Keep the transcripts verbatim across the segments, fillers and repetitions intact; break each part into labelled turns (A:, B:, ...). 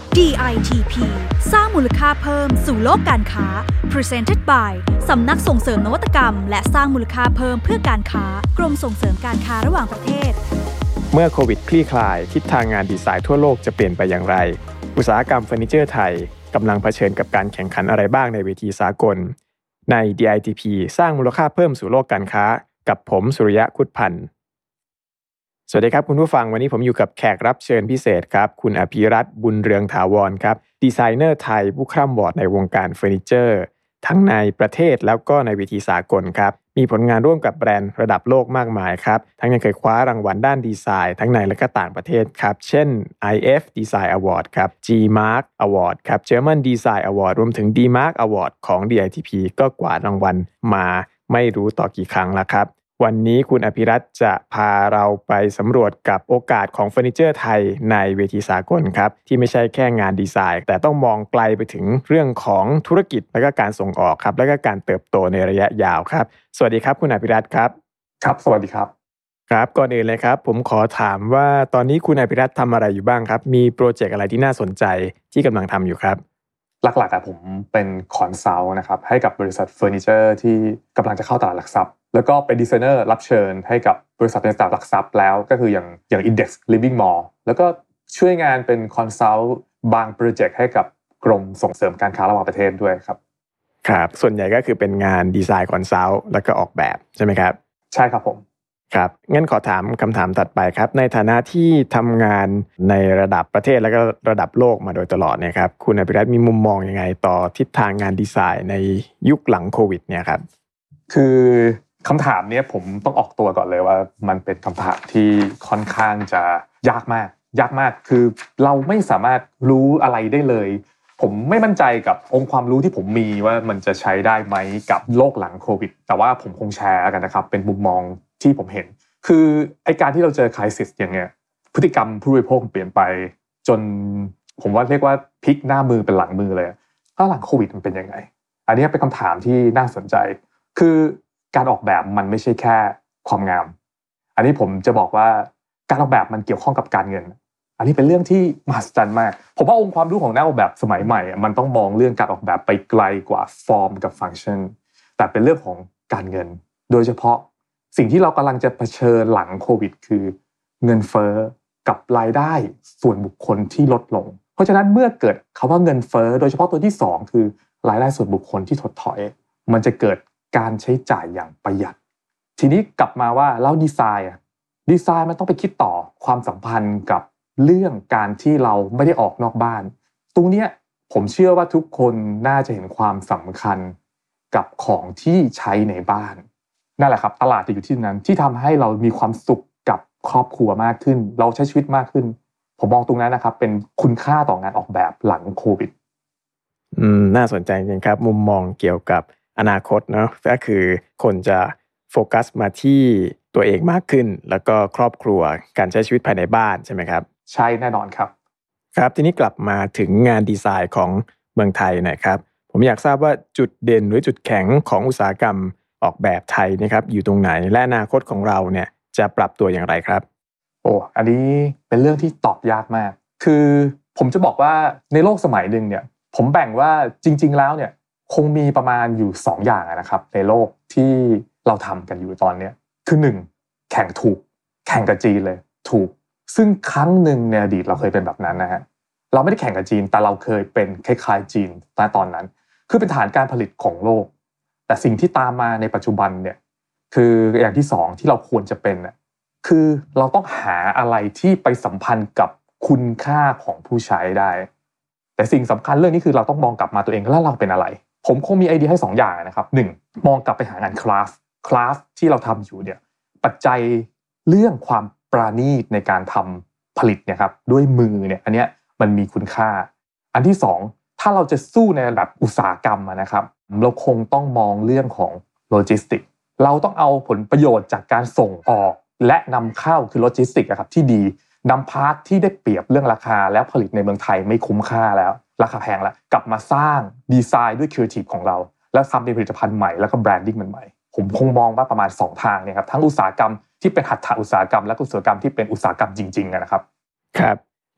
A: ดี ไอ ที พี สร้างมูลค่าเพิ่มสู่โลกการค้า Presented by สำนักส่งเสริมนวัตกรรมและสร้างมูลค่าเพิ่มเพื่อการค้ากรมส่งเสริมการค้าระหว่างประเทศ
B: เมื่อโควิดคลี่คลายทิศทางงานดีไซน์ทั่วโลกจะเปลี่ยนไปอย่างไรอุตสาหกรรมเฟอร์นิเจอร์ไทยกำลังเผชิญกับการแข่งขันอะไรบ้างในเวทีสากลใน ดี ไอ ที พี สร้างมูลค่าเพิ่มสู่โลกการค้ากับผมสุริยะคุดพันธ์สวัสดีครับคุณผู้ฟังวันนี้ผมอยู่กับแขกรับเชิญพิเศษครับคุณอภิรัตน์บุญเรืองถาวรครับดีไซเนอร์ไทยผู้คร่ำวอดในวงการเฟอร์นิเจอร์ทั้งในประเทศแล้วก็ในเวทีสากลครับมีผลงานร่วมกับแบรนด์ระดับโลกมากมายครับทั้งยังเคยคว้ารางวัลด้านดีไซน์ทั้งในและก็ต่างประเทศครับเช่น ไอ เอฟ Design Award ครับ G Mark Award ครับ German Design Award รวมถึง D Mark Award ของ ดี ไอ ที พี ก็กวาดรางวัลมาไม่รู้ต่อกี่ครั้งแล้วครับวันนี้คุณอภิรัตน์จะพาเราไปสำรวจกับโอกาสของเฟอร์นิเจอร์ไทยในเวทีสากลครับที่ไม่ใช่แค่งานดีไซน์แต่ต้องมองไกลไปถึงเรื่องของธุรกิจและก็การส่งออกครับและก็การเติบโตในระยะยาวครับสวัสดีครับคุณอภิรัตน์ครับ
C: ครับสวัสดีครับ
B: ครับก่อนอื่นเลยครับผมขอถามว่าตอนนี้คุณอภิรัตน์ทำอะไรอยู่บ้างครับมีโปรเจกต์อะไรที่น่าสนใจที่กำลังทำอยู่ครับ
C: หลักๆอ่ะผมเป็นคอนซัลท์นะครับให้กับบริษัทเฟอร์นิเจอร์ที่กำลังจะเข้าตลาดหลักทรัพย์แล้วก็เป็นดีไซเนอร์รับเชิญให้กับบริษัทในตลาดหลักทรัพย์แล้วก็คืออย่างอย่าง Index Living Mall แล้วก็ช่วยงานเป็นคอนซัลท์บางโปรเจกต์ให้กับกรมส่งเสริมการค้าระหว่างประเทศด้วยครับ
B: ครับส่วนใหญ่ก็คือเป็นงานดีไซน์คอนซัลท์แล้วก็ออกแบบใช่ไหมครับ
C: ใช่ครับผม
B: ครับงั้นขอถามคำถามถัดไปครับในฐานะที่ทำงานในระดับประเทศแล้วก็ระดับโลกมาโดยตลอดเนี่ยครับคุณอภิรัตน์มีมุมมองยังไงต่อทิศทางงานดีไซน์ในยุคหลังโควิดเนี่ยครับ
C: คือคำถามนี้ผมต้องออกตัวก่อนเลยว่ามันเป็นคำถามที่ค่อนข้างจะยากมากยากมากคือเราไม่สามารถรู้อะไรได้เลยผมไม่มั่นใจกับองค์ความรู้ที่ผมมีว่ามันจะใช้ได้ไหมกับโลกหลังโควิดแต่ว่าผมคงแชร์กันนะครับเป็นมุมมองที่ผมเห็นคือไอ้การที่เราเจอไครซิสอย่างเงี้ยพฤติกรรมผู้บริโภคเปลี่ยนไปจนผมว่าเรียกว่าพลิกหน้ามือเป็นหลังมือเลยถ้าหลังโควิดมันเป็นยังไงอันนี้เป็นคำถามที่น่าสนใจคือการออกแบบมันไม่ใช่แค่ความงามอันนี้ผมจะบอกว่าการออกแบบมันเกี่ยวข้องกับการเงินอันนี้เป็นเรื่องที่มหัศจรรย์มากผมว่าองค์ความรู้ของนักออกแบบสมัยใหม่มันต้องมองเรื่องการออกแบบไปไกลกว่าฟอร์มกับฟังก์ชันแต่เป็นเรื่องของการเงินโดยเฉพาะสิ่งที่เรากำลังจะเผชิญหลังโควิดคือเงินเฟ้อกับรายได้ส่วนบุคคลที่ลดลงเพราะฉะนั้นเมื่อเกิดคำว่าเงินเฟ้อโดยเฉพาะตัวที่สองคือรายได้ส่วนบุคคลที่ถดถอยมันจะเกิดการใช้จ่ายอย่างประหยัดทีนี้กลับมาว่าแล้วดีไซน์อะดีไซน์มันต้องไปคิดต่อความสัมพันธ์กับเรื่องการที่เราไม่ได้ออกนอกบ้านตรงเนี้ยผมเชื่อว่าทุกคนน่าจะเห็นความสำคัญกับของที่ใช้ในบ้านนั่นแหละครับตลาดจะอยู่ที่นั้นที่ทำให้เรามีความสุขกับครอบครัวมากขึ้นเราใช้ชีวิตมากขึ้นผมมองตรงนั้นนะครับเป็นคุณค่าต่องานออกแบบหลังโควิด
B: อืมน่าสนใจจริงครับมุมมองเกี่ยวกับอนาคตเนาะก็คือคนจะโฟกัสมาที่ตัวเองมากขึ้นแล้วก็ครอบครัวการใช้ชีวิตภายในบ้านใช่ไหมครับ
C: ใช่แน่นอนครับ
B: ครับทีนี้กลับมาถึงงานดีไซน์ของเมืองไทยหน่อยครับผมอยากทราบว่าจุดเด่นหรือจุดแข็งของอุตสาหกรรมออกแบบไทยนะครับอยู่ตรงไหนและอนาคตของเราเนี่ยจะปรับตัวอย่างไรครับ
C: โอ้อันนี้เป็นเรื่องที่ตอบยากมากคือผมจะบอกว่าในโลกสมัยหนึ่งเนี่ยผมแบ่งว่าจริงๆแล้วเนี่ยคงมีประมาณอยู่สองอย่างนะครับในโลกที่เราทำกันอยู่ตอนนี้คือหนึ่งแข่งถูกแข่งกับจีนเลยถูกซึ่งครั้งหนึ่งในอดีตเราเคยเป็นแบบนั้นนะฮะเราไม่ได้แข่งกับจีนแต่เราเคยเป็นคล้ายๆจีนในตอนนั้นคือเป็นฐานการผลิตของโลกแต่สิ่งที่ตามมาในปัจจุบันเนี่ยคืออย่างที่สองที่เราควรจะเป็นน่ะคือเราต้องหาอะไรที่ไปสัมพันธ์กับคุณค่าของผู้ใช้ได้แต่สิ่งสำคัญเรื่องนี้คือเราต้องมองกลับมาตัวเองแล้วเราเป็นอะไรผมคงมีไอเดียให้สองอย่างนะครับหนึ่งมองกลับไปหางานคราฟต์คราฟต์ที่เราทำอยู่เนี่ยปัจจัยเรื่องความปราณีตในการทำผลิตเนี่ยครับด้วยมือเนี่ยอันเนี้ยมันมีคุณค่าอันที่สองถ้าเราจะสู้ในระดับอุตสาหกรรมนะครับเราคงต้องมองเรื่องของโลจิสติกเราต้องเอาผลประโยชน์จากการส่งออกและนำเข้าคือโลจิสติกครับที่ดีนำพาร์ทที่ได้เปรียบเรื่องราคาแล้วผลิตในเมืองไทยไม่คุ้มค่าแล้วราคาแพงแล้วกลับมาสร้างดีไซน์ด้วยครีเอทีฟของเราแล้วทำเป็นผลิตภัณฑ์ใหม่แล้วก็แบรนดิ้งใหม่ๆผมคงมองว่าประมาณสองทางเนี่ยครับทั้งอุตสาหกรรมที่เป็นหัตถอุตสาหกรรมและอุตสาหกรรมที่เป็นอุตสาหกรรมจริงๆนะครับ
B: ครับ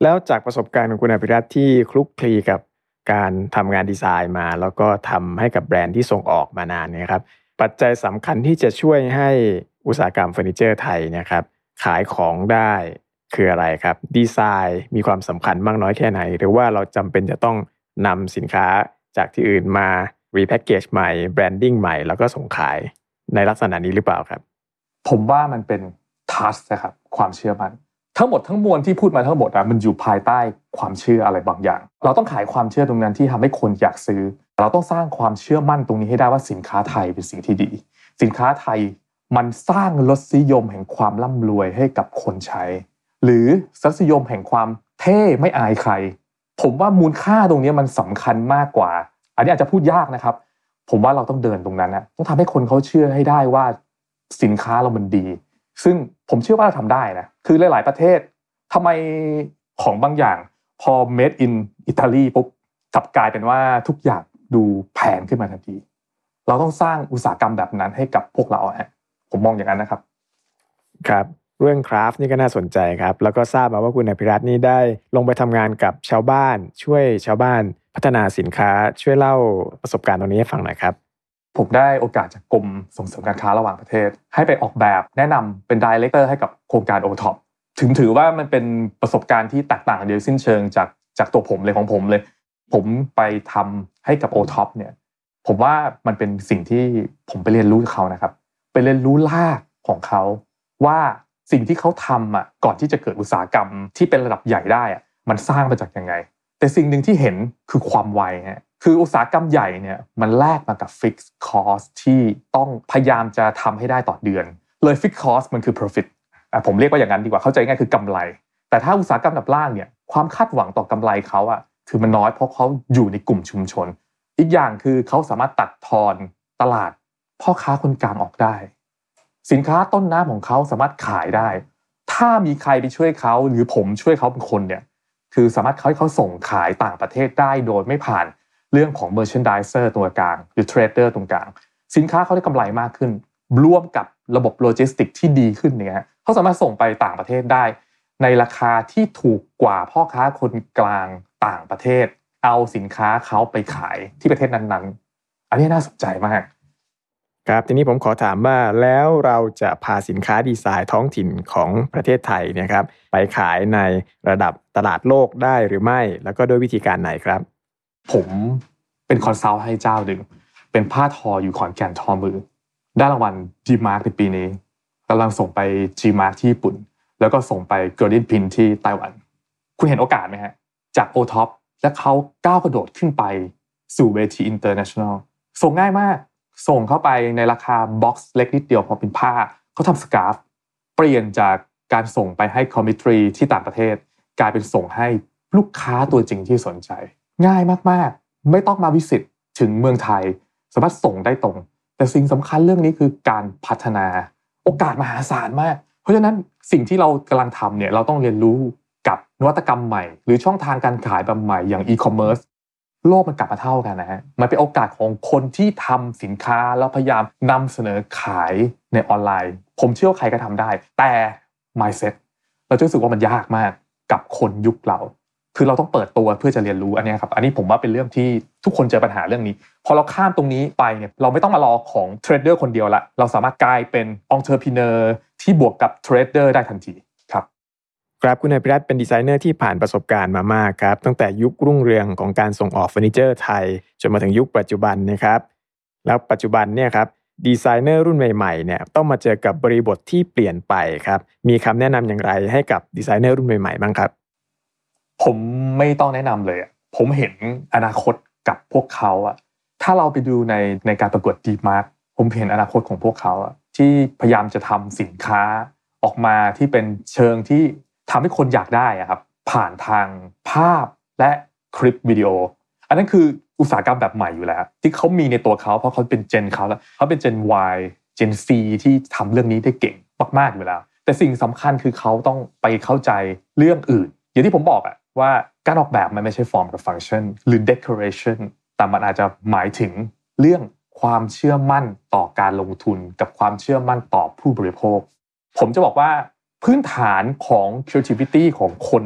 B: แล้วจากประสบการณ์ของคุณอภิรัตน์ที่คลุกคลีกับการทำงานดีไซน์มาแล้วก็ทำให้กับแบรนด์ที่ส่งออกมานานเนี่ยครับปัจจัยสำคัญที่จะช่วยให้อุตสาหกรรมเฟอร์นิเจอร์ไทยนะครับขายของได้คืออะไรครับดีไซน์มีความสำคัญมากน้อยแค่ไหนหรือว่าเราจำเป็นจะต้องนำสินค้าจากที่อื่นมารีแพ็คเกจใหม่แบรนดิ้งใหม่แล้วก็ส่งขายในลักษณะนี้หรือเปล่าครับ
C: ผมว่ามันเป็น trust นะครับความเชื่อมั่นทั้งหมดทั้งมวลที่พูดมาทั้งหมดอ่ะมันอยู่ภายใต้ความเชื่ออะไรบางอย่างเราต้องขายความเชื่อตรงนั้นที่ทำให้คนอยากซื้อเราต้องสร้างความเชื่อมั่นตรงนี้ให้ได้ว่าสินค้าไทยเป็นสิ่งที่ดีสินค้าไทยมันสร้างรสนิยมแห่งความร่ำรวยให้กับคนใช้หรือรสนิยมแห่งความเท่ไม่อายใครผมว่ามูลค่าตรงนี้มันสำคัญมากกว่าอันนี้อาจจะพูดยากนะครับผมว่าเราต้องเดินตรงนั้นนะต้องทำให้คนเขาเชื่อให้ได้ว่าสินค้าเรามันดีซึ่งผมเชื่อว่าเราทำได้นะคือหลายๆประเทศทำไมของบางอย่างพอ made in Italy ปุ๊บกลับกลายเป็นว่าทุกอย่างดูแพงขึ้นมาทันทีเราต้องสร้างอุตสาหกรรมแบบนั้นให้กับพวกเราฮะผมมองอย่างนั้นนะครับ
B: ครับเรื่องคราฟต์นี่ก็น่าสนใจครับแล้วก็ทราบมาว่าคุณอภิรัตน์นี่ได้ลงไปทำงานกับชาวบ้านช่วยชาวบ้านพัฒนาสินค้าช่วยเล่าประสบการณ์ตรงนี้ให้ฟังหน่อยครับ
C: ผมได้โอกาสจากกรมส่งเสริมการค้าระหว่างประเทศให้ไปออกแบบแนะนำเป็นไดเรคเตอร์ให้กับโครงการ โอ ท็อป ถึงถือว่ามันเป็นประสบการณ์ที่แตกต่างกันโดยสิ้นเชิงจากจากตัวผมเลยของผมเลยผมไปทำให้กับ โอ ท็อป เนี่ยผมว่ามันเป็นสิ่งที่ผมไปเรียนรู้จากเขานะครับไปเรียนรู้รากของเขาว่าสิ่งที่เขาทำอ่ะก่อนที่จะเกิดอุตสาหกรรมที่เป็นระดับใหญ่ได้อ่ะมันสร้างมาจากยังไงแต่สิ่งหนึ่งที่เห็นคือความไวฮะคืออุตสาหกรรมใหญ่เนี่ยมันแลกมากับ fixed cost ที่ต้องพยายามจะทำให้ได้ต่อเดือนเลย fixed cost มันคือ profit อ่ะผมเรียกว่าอย่างนั้นดีกว่าเข้าใจง่ายคือกำไรแต่ถ้าอุตสาหกรรมระดับล่างเนี่ยความคาดหวังต่อกำไรเขาอ่ะคือมันน้อยเพราะเขาอยู่ในกลุ่มชุมชนอีกอย่างคือเขาสามารถตัดทอนตลาดพ่อค้าคนกลางออกได้สินค้าต้นน้ำของเขาสามารถขายได้ถ้ามีใครไปช่วยเขาหรือผมช่วยเขาเป็นคนเนี่ยคือสามารถให้เขาส่งขายต่างประเทศได้โดยไม่ผ่านเรื่องของ merchandiser ตัวกลางหรือ trader ตรงกลางสินค้าเขาได้กำไรมากขึ้นร่วมกับระบบโลจิสติกที่ดีขึ้นเนี่ยเขาสามารถส่งไปต่างประเทศได้ในราคาที่ถูกกว่าพ่อค้าคนกลางต่างประเทศเอาสินค้าเขาไปขายที่ประเทศนั้นๆอันนี้น่าสนใจมาก
B: ครับทีนี้ผมขอถามว่าแล้วเราจะพาสินค้าดีไซน์ท้องถิ่นของประเทศไทยเนี่ยครับไปขายในระดับตลาดโลกได้หรือไม่แล้วก็ด้วยวิธีการไหนครับ
C: ผมเป็นคอนซัลท์ให้เจ้าหนึ่งเป็นผ้าทออยู่ขอนแก่นทอมือได้รางวัล G-Mark ในปีนี้กำลังส่งไป G-Mark ที่ญี่ปุ่นแล้วก็ส่งไป Golden Pin ที่ไต้หวันคุณเห็นโอกาสไหมฮะจาก โอ ท็อป และเขาก้าวกระโดดขึ้นไปสู่เวที International ส่งง่ายมากส่งเข้าไปในราคาบ็อกซ์เล็กนิดเดียวพอเป็นผ้าเขาทำสกาฟเปลี่ยนจากการส่งไปให้คอมมิทรีที่ต่างประเทศกลายเป็นส่งให้ลูกค้าตัวจริงที่สนใจง่ายมากๆไม่ต้องมาวิสิตถึงเมืองไทยสามารถส่งได้ตรงแต่สิ่งสำคัญเรื่องนี้คือการพัฒนาโอกาสมหาศาลมากเพราะฉะนั้นสิ่งที่เรากำลังทำเนี่ยเราต้องเรียนรู้กับนวัตกรรมใหม่หรือช่องทางการขายแบบใหม่อย่างอีคอมเมิร์ซโลกมันกลับมาเท่ากันนะฮะมันเป็นโอกาสของคนที่ทำสินค้าแล้วพยายามนำเสนอขายในออนไลน์ผมเชื่อว่าใครก็ทำได้แต่ mindset เราจะรู้สึกว่ามันยากมากกับคนยุคเราคือเราต้องเปิดตัวเพื่อจะเรียนรู้อันนี้ครับอันนี้ผมว่าเป็นเรื่องที่ทุกคนเจอปัญหาเรื่องนี้พอเราข้ามตรงนี้ไปเนี่ยเราไม่ต้องมารอของเทรดเดอร์คนเดียวละเราสามารถกลายเป็น entrepreneur ที่บวกกับเทรดเดอร์ได้ทันทีครับ
B: ครับคุณอภิรัตน์เป็นดีไซเนอร์ที่ผ่านประสบการณ์มามากครับตั้งแต่ยุครุ่งเรืองของการส่งออกเฟอร์นิเจอร์ไทยจนมาถึงยุคปัจจุบันนะครับแล้วปัจจุบันเนี่ยครับดีไซเนอร์รุ่นใหม่ๆเนี่ยต้องมาเจอกับบริบทที่เปลี่ยนไปครับมีคำแนะนำอย่างไรให้กับดีไซเนอร์รุ่นใหม่ๆบ้างครับ
C: ผมไม่ต้องแนะนำเลยอ่ะผมเห็นอนาคตกับพวกเขาอ่ะถ้าเราไปดูในในการประกวด G-Mark ผมเห็นอนาคตของพวกเขาอ่ะที่พยายามจะทำสินค้าออกมาที่เป็นเชิงที่ทำให้คนอยากได้อ่ะครับผ่านทางภาพและคลิปวิดีโออันนั้นคืออุตสาหกรรมแบบใหม่อยู่แล้วที่เขามีในตัวเขาเพราะเขาเป็นเจนเขาแล้วเขาเป็นเจน Y เจน C ที่ทำเรื่องนี้ได้เก่งมากๆอยู่แล้วแต่สิ่งสำคัญคือเขาต้องไปเข้าใจเรื่องอื่นอย่างที่ผมบอกอะว่าการออกแบบมันไม่ใช่ฟอร์มกับฟังก์ชันหรือ decoration แต่มันอาจจะหมายถึงเรื่องความเชื่อมั่นต่อการลงทุนกับความเชื่อมั่นต่อผู้บริโภคผมจะบอกว่าพื้นฐานของ creativity ของคน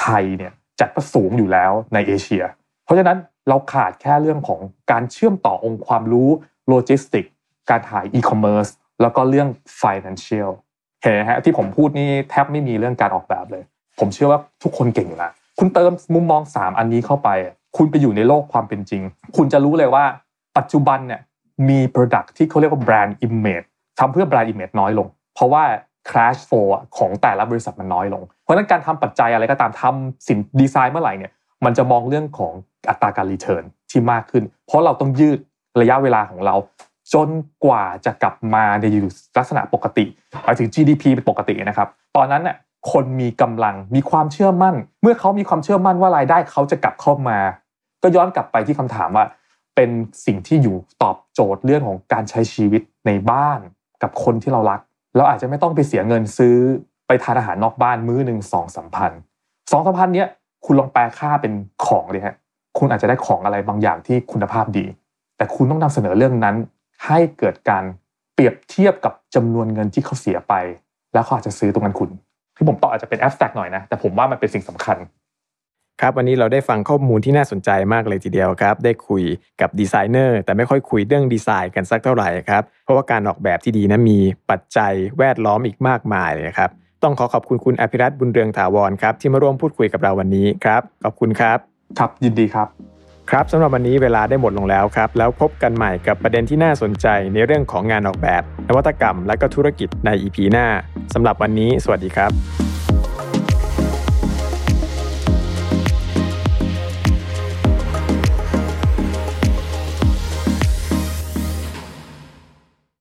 C: ไทยเนี่ยจัดว่าสูงอยู่แล้วในเอเชียเพราะฉะนั้นเราขาดแค่เรื่องของการเชื่อมต่อองค์ความรู้โลจิสติกการขายอีคอมเมิร์ซแล้วก็เรื่อง financial เห็นไหมฮะที่ผมพูดนี่แทบไม่มีเรื่องการออกแบบเลยผมเชื่อว่าทุกคนเก่งอยู่แล้วคุณเติมมุมมองสามอันนี้เข้าไปคุณไปอยู่ในโลกความเป็นจริงคุณจะรู้เลยว่าปัจจุบันเนี่ยมี product ที่เขาเรียกว่า brand image ทำเพื่อ brand image น้อยลงเพราะว่า cash flow ของแต่ละบริษัทมันน้อยลงเพราะฉะนั้นการทำปัจจัยอะไรก็ตามทำสินดีไซน์เมื่อไหร่เนี่ยมันจะมองเรื่องของอัตราการ return ที่มากขึ้นเพราะเราต้องยืดระยะเวลาของเราจนกว่าจะกลับมาในลักษณะปกติหมายถึง จี ดี พี เป็นปกตินะครับตอนนั้นน่ะคนมีกำลังมีความเชื่อมั่นเมื่อเขามีความเชื่อมั่นว่ารายได้เขาจะกลับเข้ามาก็ย้อนกลับไปที่คำถามว่าเป็นสิ่งที่อยู่ตอบโจทย์เรื่องของการใช้ชีวิตในบ้านกับคนที่เรารักเราอาจจะไม่ต้องไปเสียเงินซื้อไปทานอาหารนอกบ้านมื้อนึง สองสามพัน สองสามพันเนี้ยคุณลองแปลค่าเป็นของดิฮะคุณอาจจะได้ของอะไรบางอย่างที่คุณภาพดีแต่คุณต้องนำเสนอเรื่องนั้นให้เกิดการเปรียบเทียบกับจำนวนเงินที่เขาเสียไปแล้วเขาอาจจะซื้อตรงนั้นคุณที่ผมตอบอาจจะเป็นแอบสแตรกหน่อยนะแต่ผมว่ามันเป็นสิ่งสำคัญ
B: ครับวันนี้เราได้ฟังข้อมูลที่น่าสนใจมากเลยทีเดียวครับได้คุยกับดีไซเนอร์แต่ไม่ค่อยคุยเรื่องดีไซน์กันสักเท่าไหร่ครับเพราะว่าการออกแบบที่ดีนั้นมีปัจจัยแวดล้อมอีกมากมายเลยครับต้องขอขอบคุณคุณอภิรัตน์บุญเรืองถาวรครับที่มาร่วมพูดคุยกับเราวันนี้ครับขอบคุณครับ
C: ครับยินดีครับ
B: ครับสำหรับวันนี้เวลาได้หมดลงแล้วครับแล้วพบกันใหม่กับประเด็นที่น่าสนใจในเรื่องของงานออกแบบนวัตกรรมและก็ธุรกิจใน อี พี หน้าสำหรับวันนี้สวัสดีครับ